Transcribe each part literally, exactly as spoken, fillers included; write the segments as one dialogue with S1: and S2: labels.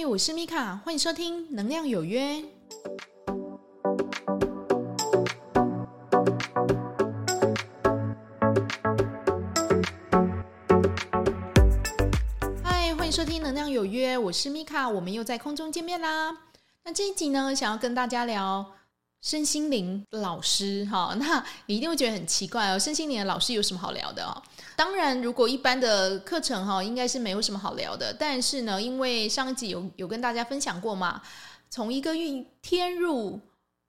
S1: 我是米卡，欢迎收听能量有约。嗨，欢迎收听能量有约，我是米卡，我们又在空中见面啦。那这一集呢，想要跟大家聊身心灵老师哈，那你一定会觉得很奇怪哦，身心灵的老师有什么好聊的哦？当然，如果一般的课程哈，应该是没有什么好聊的。但是呢，因为上一集有有跟大家分享过嘛，从一个天入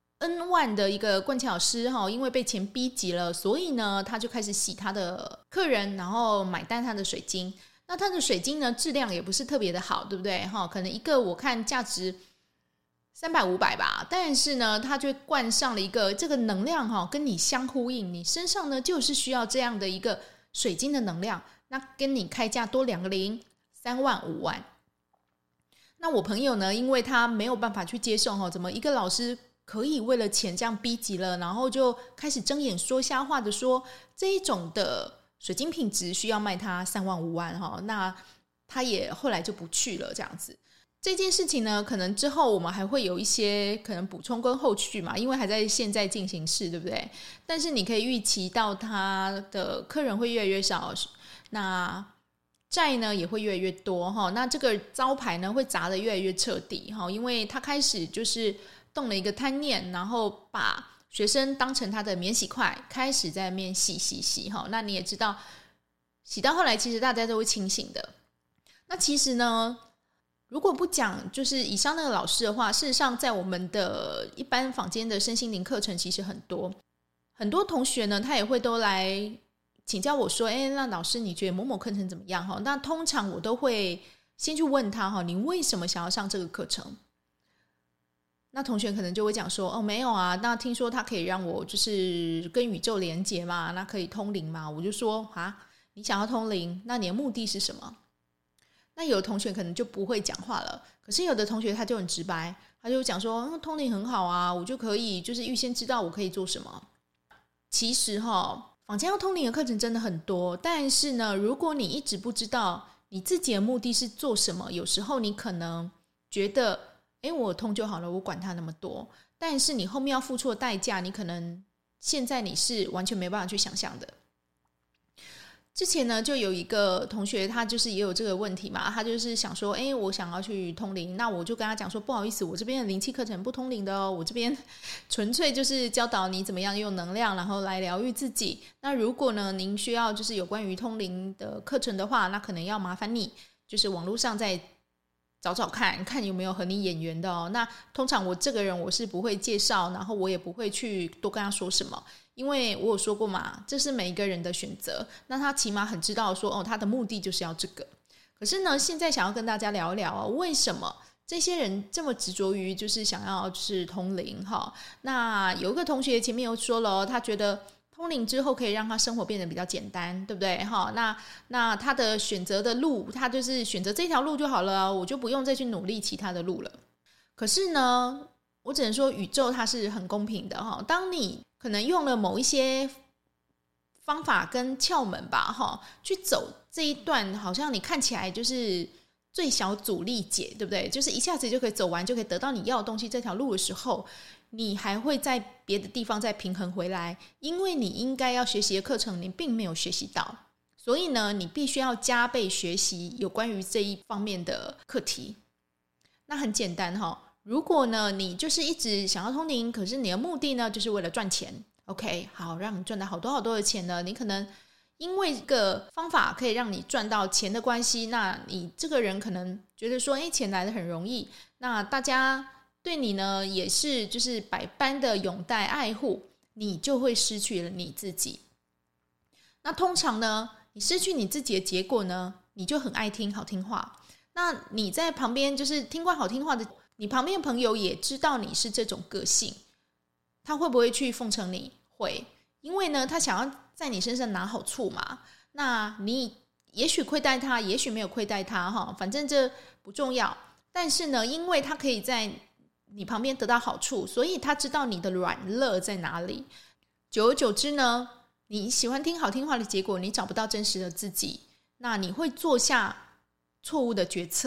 S1: N 万的一个冠桥老师哈，因为被钱逼急了，所以呢，他就开始洗他的客人，然后买单他的水晶。那他的水晶呢，质量也不是特别的好，对不对？哈，可能一个我看价值三百五百吧，但是呢，它就灌上了一个这个能量哈，跟你相呼应，你身上呢就是需要这样的一个水晶的能量，那跟你开价多两个零，三万五万。那我朋友呢，因为他没有办法去接受哈，怎么一个老师可以为了钱这样逼急了，然后就开始睁眼说瞎话的说这一种的水晶品质需要卖他三万五万哈，那他也后来就不去了这样子。这件事情呢，可能之后我们还会有一些可能补充跟后续嘛，因为还在现在进行式，对不对？但是你可以预期到他的客人会越来越少，那债呢也会越来越多哈，那这个招牌呢会砸得越来越彻底哈，因为他开始就是动了一个贪念，然后把学生当成他的免洗块，开始在那边洗洗洗哈。那你也知道，洗到后来其实大家都会清醒的。那其实呢，如果不讲就是以上那个老师的话，事实上在我们的一般坊间的身心灵课程其实很多很多同学呢，他也会都来请教我说，哎，那老师你觉得某某课程怎么样？那通常我都会先去问他，你为什么想要上这个课程？那同学可能就会讲说，哦，没有啊，那听说他可以让我就是跟宇宙连结嘛，那可以通灵嘛。我就说啊，你想要通灵，那你的目的是什么？那有的同学可能就不会讲话了，可是有的同学他就很直白，他就讲说、嗯、通灵很好啊，我就可以就是预先知道我可以做什么。其实哈，坊间要通灵的课程真的很多，但是呢，如果你一直不知道你自己的目的是做什么，有时候你可能觉得诶我通就好了，我管他那么多，但是你后面要付出的代价，你可能现在你是完全没办法去想象的。之前呢，就有一个同学，他就是也有这个问题嘛，他就是想说，哎，我想要去通灵，那我就跟他讲说，不好意思，我这边的灵气课程不通灵的哦，我这边纯粹就是教导你怎么样用能量，然后来疗愈自己。那如果呢，您需要就是有关于通灵的课程的话，那可能要麻烦你，就是网络上再找找看看有没有和你眼缘的哦。那通常我这个人我是不会介绍，然后我也不会去多跟他说什么，因为我有说过嘛，这是每一个人的选择，那他起码很知道说哦，他的目的就是要这个。可是呢，现在想要跟大家聊一聊、哦、为什么这些人这么执着于就是想要就是通灵哈？那有一个同学前面又说了、哦、他觉得通灵之后可以让他生活变得比较简单，对不对？那那他的选择的路，他就是选择这条路就好了，我就不用再去努力其他的路了。可是呢，我只能说宇宙它是很公平的，当你可能用了某一些方法跟窍门吧，去走这一段好像你看起来就是最小阻力解，对不对？就是一下子就可以走完，就可以得到你要的东西这条路的时候，你还会在别的地方再平衡回来，因为你应该要学习的课程你并没有学习到，所以呢，你必须要加倍学习有关于这一方面的课题。那很简单哈，如果呢你就是一直想要通灵，可是你的目的呢就是为了赚钱 OK 好，让你赚到好多好多的钱呢，你可能因为一个方法可以让你赚到钱的关系，那你这个人可能觉得说诶钱来得很容易，那大家对你呢也是就是百般的拥戴爱护，你就会失去了你自己。那通常呢你失去你自己的结果呢，你就很爱听好听话，那你在旁边就是听惯好听话的，你旁边的朋友也知道你是这种个性，他会不会去奉承你？会，因为呢他想要在你身上拿好处嘛，那你也许亏待他，也许没有亏待他，反正这不重要，但是呢因为他可以在你旁边得到好处，所以他知道你的软肋在哪里，久而久之呢，你喜欢听好听话的结果，你找不到真实的自己，那你会做下错误的决策，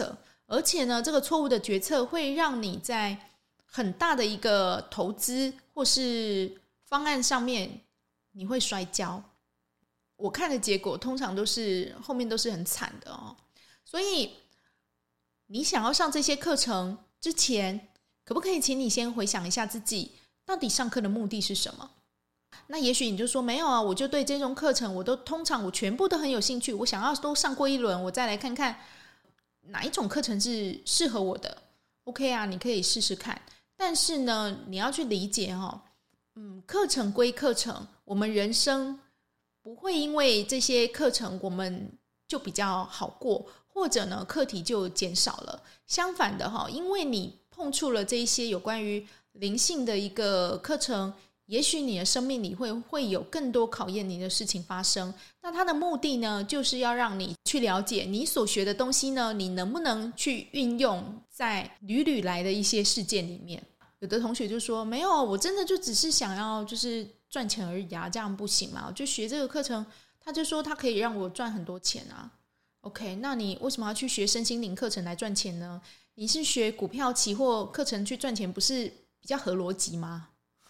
S1: 而且呢，这个错误的决策会让你在很大的一个投资或是方案上面你会摔跤。我看的结果通常都是后面都是很惨的哦。所以你想要上这些课程之前，可不可以请你先回想一下自己到底上课的目的是什么？那也许你就说没有啊，我就对这种课程我都通常我全部都很有兴趣，我想要都上过一轮，我再来看看哪一种课程是适合我的。 OK 啊，你可以试试看。但是呢，你要去理解哦，嗯，课程归课程，我们人生不会因为这些课程我们就比较好过，或者呢课题就减少了。相反的哈，因为你碰触了这一些有关于灵性的一个课程，也许你的生命里会会有更多考验你的事情发生。那它的目的呢，就是要让你去了解你所学的东西呢，你能不能去运用在屡屡来的一些事件里面。有的同学就说没有，我真的就只是想要就是赚钱而已啊，这样不行吗？我就学这个课程，他就说他可以让我赚很多钱啊。 OK， 那你为什么要去学身心灵课程来赚钱呢？你是学股票期货课程去赚钱，不是比较合逻辑吗？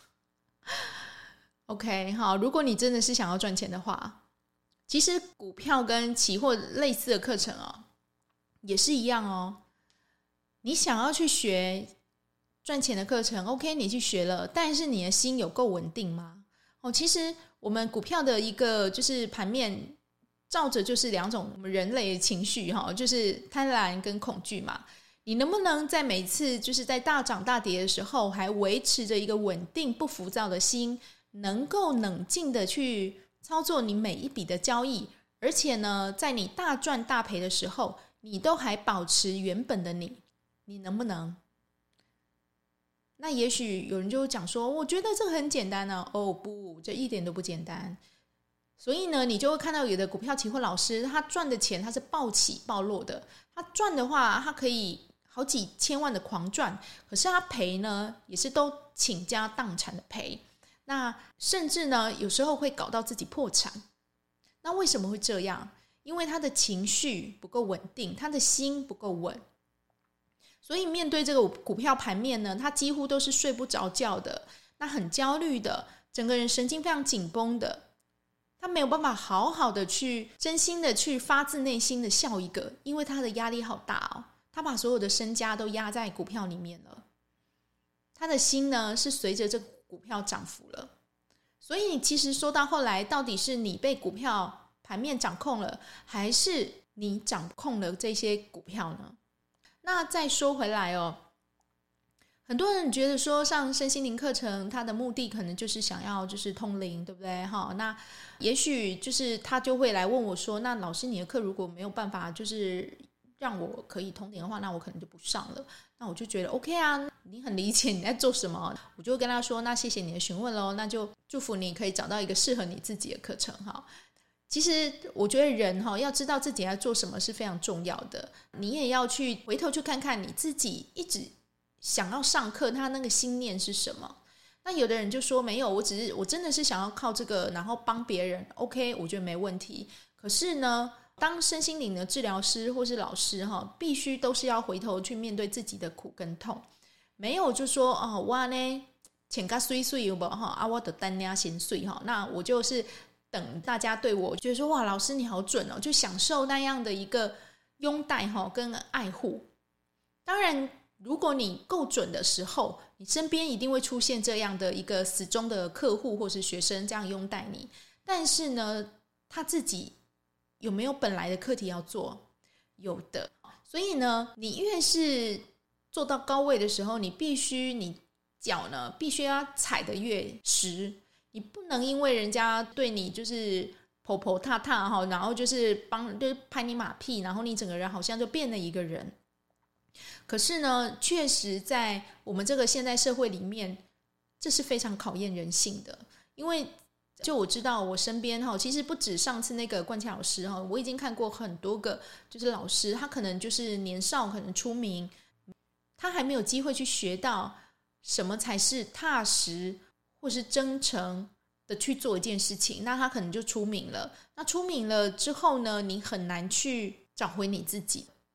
S1: OK， 好，如果你真的是想要赚钱的话，其实股票跟期货类似的课程哦，也是一样哦。你想要去学赚钱的课程 OK， 你去学了，但是你的心有够稳定吗？哦，其实我们股票的一个就是盘面照着就是两种我们人类的情绪哈，就是贪婪跟恐惧嘛。你能不能在每次就是在大涨大跌的时候还维持着一个稳定不浮躁的心，能够冷静的去操作你每一笔的交易，而且呢在你大赚大赔的时候你都还保持原本的你，你能不能？那也许有人就讲说我觉得这个很简单啊。哦不，这一点都不简单。所以呢，你就会看到有的股票期货老师他赚的钱他是暴起暴落的，他赚的话他可以好几千万的狂赚，可是他赔呢也是都倾家荡产的赔，那甚至呢有时候会搞到自己破产。那为什么会这样？因为他的情绪不够稳定，他的心不够稳，所以面对这个股票盘面呢，他几乎都是睡不着觉的，那很焦虑的，整个人神经非常紧绷的，他没有办法好好的去真心的去发自内心的笑一个，因为他的压力好大哦，他把所有的身家都压在股票里面了，他的心呢是随着这股票涨幅了。所以其实说到后来，到底是你被股票盘面掌控了，还是你掌控了这些股票呢？那再说回来哦，很多人觉得说上身心灵课程它的目的可能就是想要就是通灵，对不对？那也许就是他就会来问我说，那老师你的课如果没有办法就是让我可以通灵的话，那我可能就不上了。那我就觉得 OK 啊，你很理解你在做什么，我就跟他说那谢谢你的询问咯，那就祝福你可以找到一个适合你自己的课程哈。其实我觉得人要知道自己在做什么是非常重要的，你也要去回头去看看你自己一直想要上课他那个心念是什么。那有的人就说没有，我只是我真的是想要靠这个然后帮别人 OK， 我觉得没问题。可是呢当身心灵的治疗师或是老师必须都是要回头去面对自己的苦跟痛，没有就说哦我呢钱较水水有没有啊，我就等你先水，那我就是等大家对我觉得说哇老师你好准哦，就享受那样的一个拥戴跟爱护。当然如果你够准的时候，你身边一定会出现这样的一个死忠的客户或是学生这样拥戴你，但是呢他自己有没有本来的课题要做？有的。所以呢你越是做到高位的时候，你必须你脚呢必须要踩得越实，你不能因为人家对你就是婆婆踏踏，然后就是帮就是拍你马屁，然后你整个人好像就变了一个人。可是呢确实在我们这个现代社会里面，这是非常考验人性的。因为就我知道我身边其实不止上次那个冠强老师，我已经看过很多个就是老师，他可能就是年少可能出名，他还没有机会去学到什么才是踏实或是真诚的去做一件事情，那他可能就出名了。那出名了之后呢，你很难去找回你自己。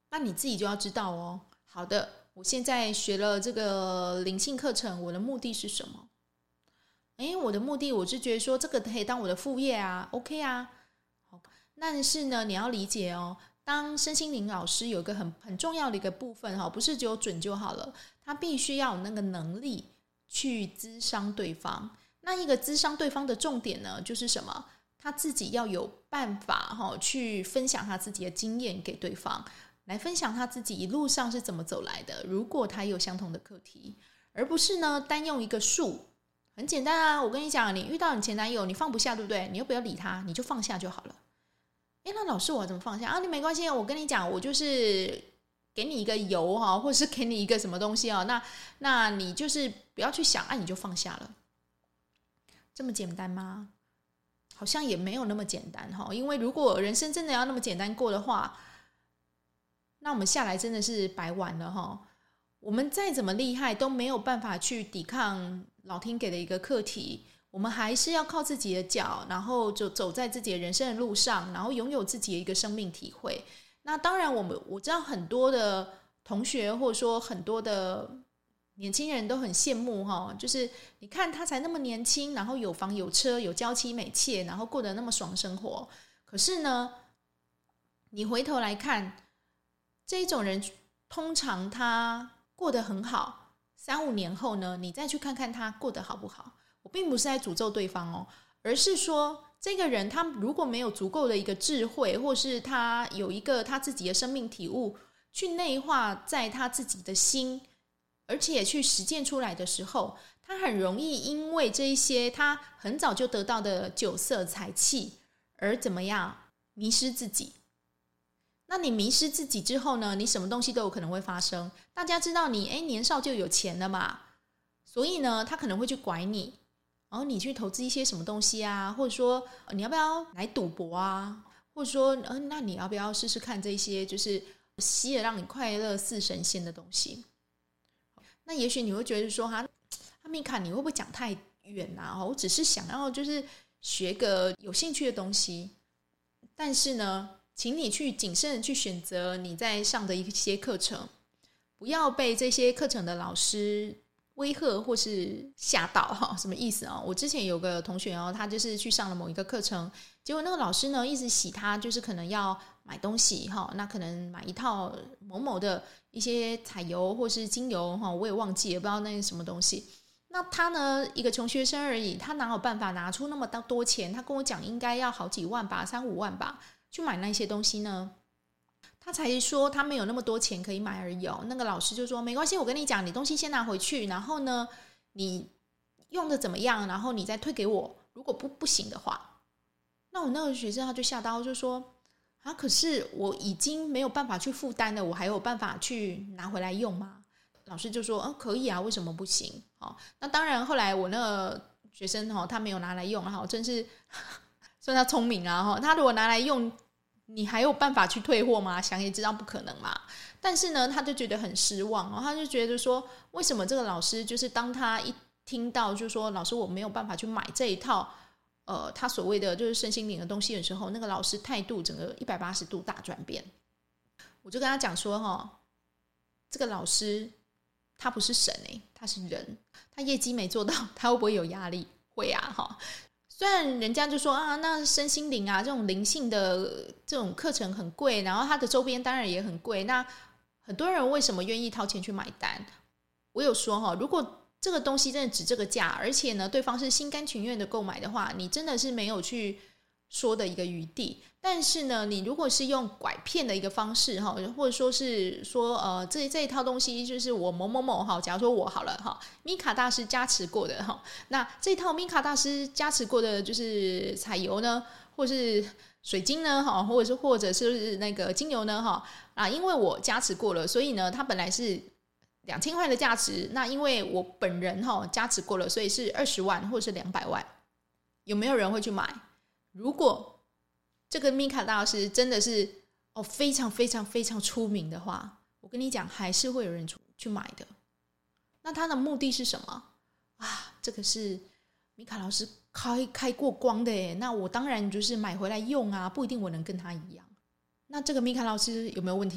S1: 那你自己就要知道哦，好的，我现在学了这个灵性课程，我的目的是什么？诶，我的目的我是觉得说这个可以当我的副业啊 OK 啊。但是呢你要理解哦，当身心灵老师有一个很很重要的一个部分，不是只有准就好了，他必须要有那个能力去諮商对方。那一个諮商对方的重点呢，就是什么？他自己要有办法去分享他自己的经验给对方，来分享他自己一路上是怎么走来的，如果他有相同的课题，而不是呢单用一个数。很简单啊，我跟你讲，你遇到你前男友你放不下对不对？你又不要理他，你就放下就好了。诶，那老师我怎么放下啊？你没关系，我跟你讲，我就是给你一个油哈，或者是给你一个什么东西啊，那那你就是不要去想啊，你就放下了。这么简单吗？好像也没有那么简单哈，因为如果人生真的要那么简单过的话，那我们下来真的是白玩了哈。我们再怎么厉害都没有办法去抵抗老天给的一个课题，我们还是要靠自己的脚，然后就走在自己的人生的路上，然后拥有自己的一个生命体会。那当然我们我知道很多的同学或者说很多的年轻人都很羡慕哈，就是你看他才那么年轻，然后有房有车有娇妻美妾，然后过得那么爽生活。可是呢你回头来看，这一种人通常他过得很好，三五年后呢你再去看看他过得好不好。我并不是在诅咒对方哦，而是说这个人他如果没有足够的一个智慧，或是他有一个他自己的生命体悟去内化在他自己的心，而且去实践出来的时候，他很容易因为这一些他很早就得到的酒色财气而怎么样迷失自己。那你迷失自己之后呢，你什么东西都有可能会发生。大家知道你诶年少就有钱了嘛，所以呢他可能会去拐你，然后你去投资一些什么东西啊，或者说你要不要来赌博啊，或者说、呃、那你要不要试试看这些就是吸了让你快乐似神仙的东西。那也许你会觉得说哈，米卡你会不会讲太远啊？我只是想要就是学个有兴趣的东西。但是呢请你去谨慎的去选择你在上的一些课程，不要被这些课程的老师威吓或是吓到。什么意思啊？我之前有个同学哦，他就是去上了某一个课程，结果那个老师呢一直洗他，就是可能要买东西，那可能买一套某某的一些彩油或是精油，我也忘记了，不知道那是什么东西。那他呢一个穷学生而已，他哪有办法拿出那么多钱？他跟我讲应该要好几万吧，三五万吧，去买那些东西呢。他才说他没有那么多钱可以买而已哦。那个老师就说没关系，我跟你讲，你东西先拿回去，然后呢你用的怎么样，然后你再退给我，如果不不行的话。那我那个学生他就吓到，就说啊，可是我已经没有办法去负担了，我还有办法去拿回来用吗？老师就说、嗯、可以啊，为什么不行、哦、那当然后来我那个学生、哦、他没有拿来用、哦、真是算他聪明啊、哦、他如果拿来用你还有办法去退货吗？想也知道不可能嘛。但是呢他就觉得很失望、哦、他就觉得说为什么这个老师就是当他一听到就是说老师我没有办法去买这一套呃，他所谓的就是身心灵的东西的时候，那个老师态度整个一百八十度大转变。我就跟他讲说、哦、这个老师他不是神、欸、他是人，他业绩没做到，他会不会有压力？会啊、哦、虽然人家就说啊，那身心灵啊这种灵性的这种课程很贵，然后它的周边当然也很贵，那很多人为什么愿意掏钱去买单？我有说、哦、如果这个东西真的值这个价，而且呢对方是心甘情愿的购买的话，你真的是没有去说的一个余地。但是呢你如果是用拐骗的一个方式，或者说是说呃这这一套东西就是我某某某，假如说我好了米卡大师加持过的，那这套米卡大师加持过的就是彩油呢，或是水晶呢，或者是或者是那个精油呢，啊，因为我加持过了，所以呢它本来是两千块的价值，那因为我本人加持过了，所以是二十万或者是两百万。有没有人会去买？如果这个米卡大师真的是、哦、非常非常非常出名的话，我跟你讲还是会有人去买的。那他的目的是什么啊？这个是米卡老师 开, 开过光的耶，那我当然就是买回来用啊，不一定我能跟他一样。那这个米卡老师有没有问题？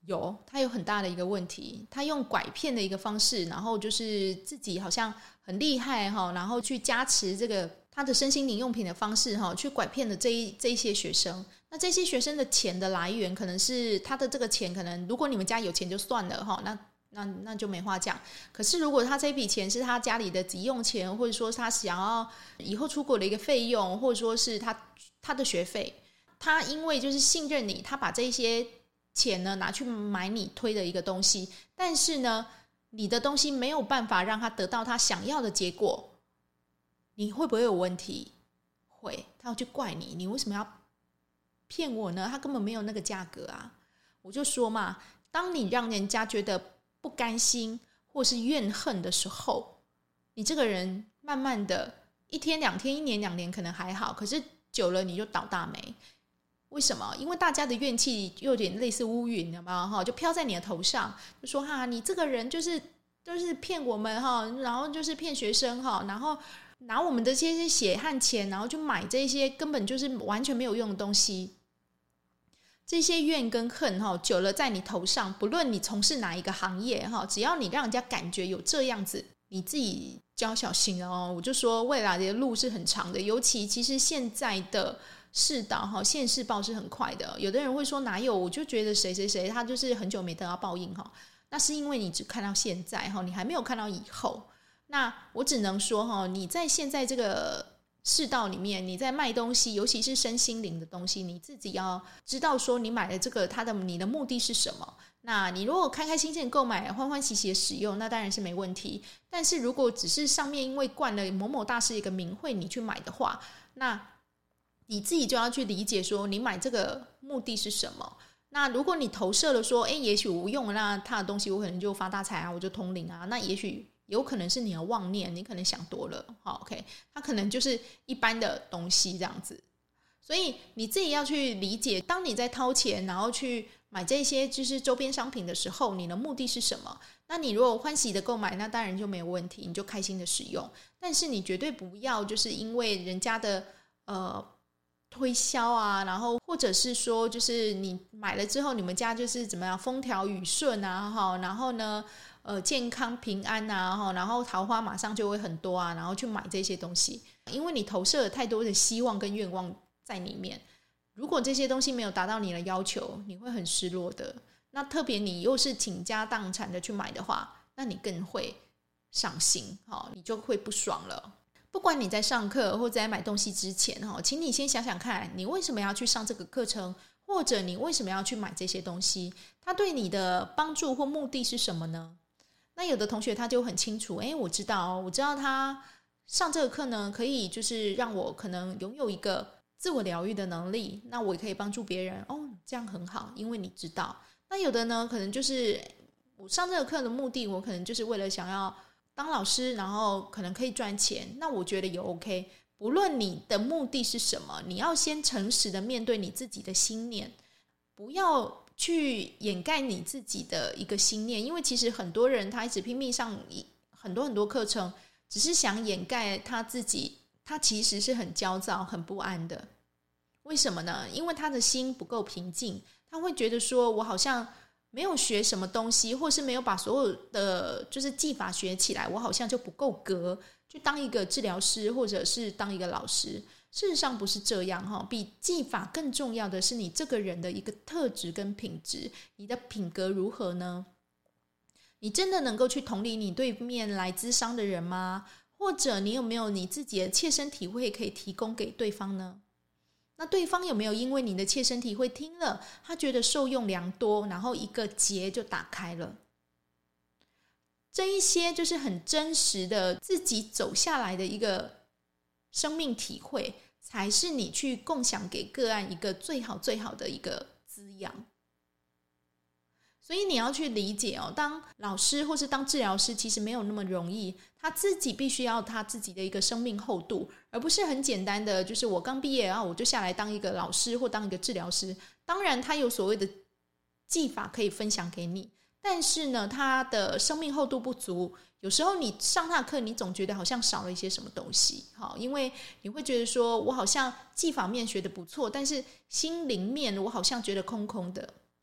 S1: 有，他有很大的一个问题，他用拐骗的一个方式，然后就是自己好像很厉害哈，然后去加持这个他的身心灵用品的方式哈，去拐骗的这一这一些学生。那这些学生的钱的来源，可能是他的这个钱，可能如果你们家有钱就算了哈，那那那就没话讲。可是如果他这笔钱是他家里的急用钱，或者说他想要以后出国的一个费用，或者说是他他的学费，他因为就是信任你，他把这些钱呢拿去买你推的一个东西，但是呢你的东西没有办法让他得到他想要的结果，你会不会有问题？会，他要去怪你，你为什么要骗我呢？他根本没有那个价格啊。我就说嘛，当你让人家觉得不甘心或是怨恨的时候，你这个人慢慢的一天两天一年两年可能还好，可是久了你就倒大霉。为什么？因为大家的怨气又有点类似乌云，有没有？就飘在你的头上，就说哈，你这个人就是就是骗我们哈，然后就是骗学生哈，然后拿我们的这些血和钱，然后就买这些根本就是完全没有用的东西。这些怨跟恨哈，久了在你头上，不论你从事哪一个行业哈，只要你让人家感觉有这样子，你自己就要小心哦。我就说未来的路是很长的，尤其其实现在的世道哈，现世报是很快的。有的人会说哪有，我就觉得谁谁谁他就是很久没得到报应哈，那是因为你只看到现在哈，你还没有看到以后。那我只能说哈，你在现在这个世道里面，你在卖东西，尤其是身心灵的东西，你自己要知道说你买的这个它的你的目的是什么。那你如果开开心心购买，欢欢喜喜的使用，那当然是没问题。但是如果只是上面因为冠了某某大师一个名讳你去买的话，那你自己就要去理解说你买这个目的是什么。那如果你投射了说，诶，也许我用了那他的东西，我可能就发大财啊，我就通灵啊，那也许有可能是你的妄念，你可能想多了。好 OK， 它可能就是一般的东西这样子。所以你自己要去理解，当你在掏钱然后去买这些就是周边商品的时候，你的目的是什么。那你如果欢喜的购买，那当然就没有问题，你就开心的使用。但是你绝对不要就是因为人家的呃推销啊，然后或者是说就是你买了之后你们家就是怎么样风调雨顺啊，然后呢呃健康平安啊，然后桃花马上就会很多啊，然后去买这些东西。因为你投射了太多的希望跟愿望在里面，如果这些东西没有达到你的要求，你会很失落的。那特别你又是倾家荡产的去买的话，那你更会伤心，你就会不爽了。不管你在上课或者在买东西之前，请你先想想看，你为什么要去上这个课程，或者你为什么要去买这些东西，它对你的帮助或目的是什么呢？那有的同学他就很清楚，诶，我知道我知道他上这个课呢，可以就是让我可能拥有一个自我疗愈的能力，那我也可以帮助别人，哦，这样很好，因为你知道。那有的呢，可能就是我上这个课的目的，我可能就是为了想要当老师，然后可能可以赚钱，那我觉得也 OK。 不论你的目的是什么，你要先诚实的面对你自己的心念，不要去掩盖你自己的一个心念。因为其实很多人他一直拼命上很多很多课程，只是想掩盖他自己，他其实是很焦躁很不安的。为什么呢？因为他的心不够平静，他会觉得说我好像没有学什么东西，或是没有把所有的就是技法学起来，我好像就不够格去当一个治疗师或者是当一个老师。事实上不是这样，比技法更重要的是你这个人的一个特质跟品质，你的品格如何呢？你真的能够去同理你对面来咨商的人吗？或者你有没有你自己的切身体会可以提供给对方呢？那对方有没有因为你的切身体会听了，他觉得受用良多，然后一个结就打开了？这一些就是很真实的自己走下来的一个生命体会，才是你去共享给个案一个最好最好的一个滋养。所以你要去理解哦，当老师或是当治疗师其实没有那么容易，他自己必须要他自己的一个生命厚度，而不是很简单的就是我刚毕业啊，我就下来当一个老师或当一个治疗师。当然他有所谓的技法可以分享给你，但是呢他的生命厚度不足，有时候你上他的课你总觉得好像少了一些什么东西，因为你会觉得说我好像技法面学得不错，但是心灵面我好像觉得空空的。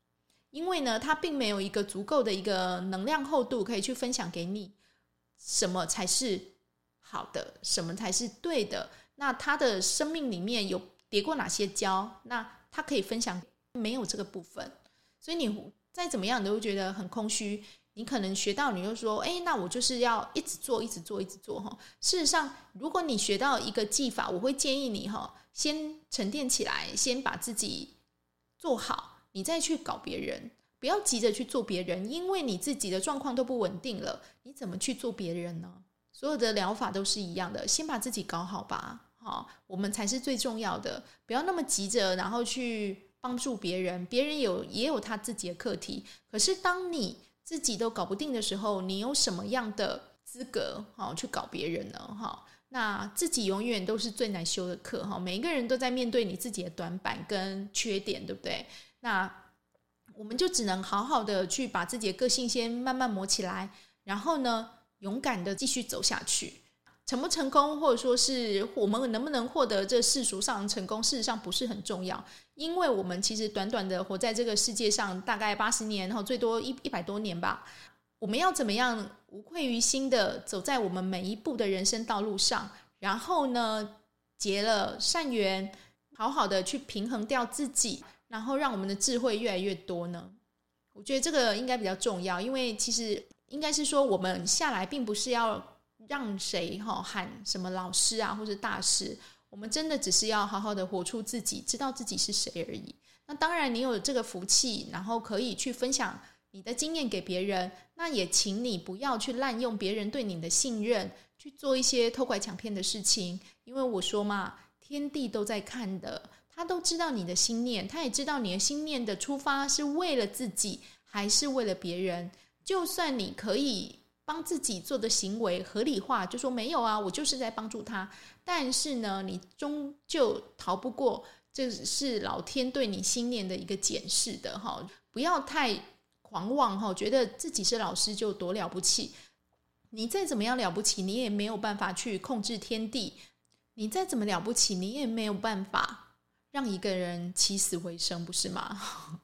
S1: 因为呢他并没有一个足够的一个能量厚度可以去分享给你什么才是好的，什么才是对的，那他的生命里面有跌过哪些跤，那他可以分享，没有这个部分，所以你再怎么样你都会觉得很空虚。你可能学到你就说哎，那我就是要一直做一直做一直做。事实上如果你学到一个技法，我会建议你先沉淀起来，先把自己做好，你再去搞别人，不要急着去做别人，因为你自己的状况都不稳定了，你怎么去做别人呢？所有的疗法都是一样的，先把自己搞好吧，我们才是最重要的，不要那么急着然后去帮助别人，别人有也有他自己的课题，可是当你自己都搞不定的时候，你有什么样的资格、哦、去搞别人呢、哦、那自己永远都是最难修的课、哦、每一个人都在面对你自己的短板跟缺点，对不对？那我们就只能好好的去把自己的个性先慢慢磨起来，然后呢勇敢的继续走下去。成不成功，或者说是我们能不能获得这世俗上的成功，事实上不是很重要，因为我们其实短短的活在这个世界上大概八十年，然后最多一百多年吧，我们要怎么样无愧于心的走在我们每一步的人生道路上，然后呢结了善缘，好好的去平衡掉自己，然后让我们的智慧越来越多呢？我觉得这个应该比较重要，因为其实应该是说我们下来并不是要让谁喊什么老师啊或者大师，我们真的只是要好好的活出自己，知道自己是谁而已。那当然你有这个福气，然后可以去分享你的经验给别人，那也请你不要去滥用别人对你的信任，去做一些偷拐抢骗的事情。因为我说嘛，天地都在看的，他都知道你的心念，他也知道你的心念的出发是为了自己还是为了别人。就算你可以帮自己做的行为合理化，就说没有啊，我就是在帮助他，但是呢你终究逃不过这是老天对你心念的一个检视的。不要太狂妄，觉得自己是老师就多了不起，你再怎么样了不起，你也没有办法去控制天地，你再怎么了不起，你也没有办法让一个人起死回生，不是吗？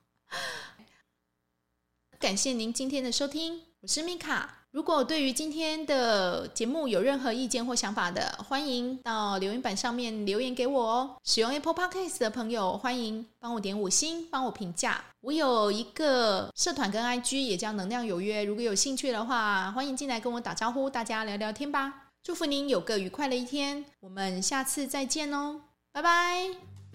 S1: 感谢您今天的收听，我是米卡。如果对于今天的节目有任何意见或想法的，欢迎到留言板上面留言给我哦。使用 Apple Podcast 的朋友，欢迎帮我点五星，帮我评价。我有一个社团跟 I G 也叫能量有约，如果有興趣的話，歡迎進來跟我打招呼，大家聊聊天吧。祝福您有個愉快的一天，我們下次再見哦，拜拜。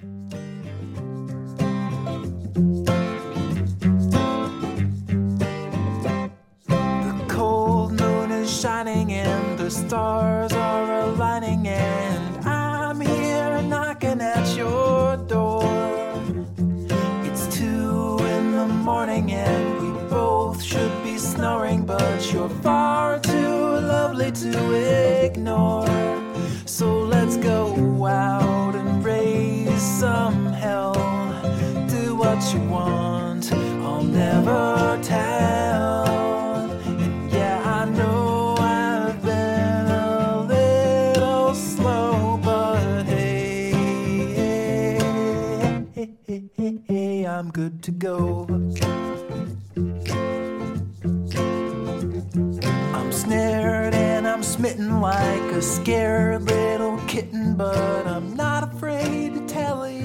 S2: Shining and the stars are aligning, and I'm here knocking at your door. It's two in the morning and we both should be snoring, but you're far too lovely to ignore. So let's go out and raise some hell. Do what you want, I'll never tell.I'm good to go. I'm snared and I'm smitten like a scared little kitten, but I'm not afraid to tell you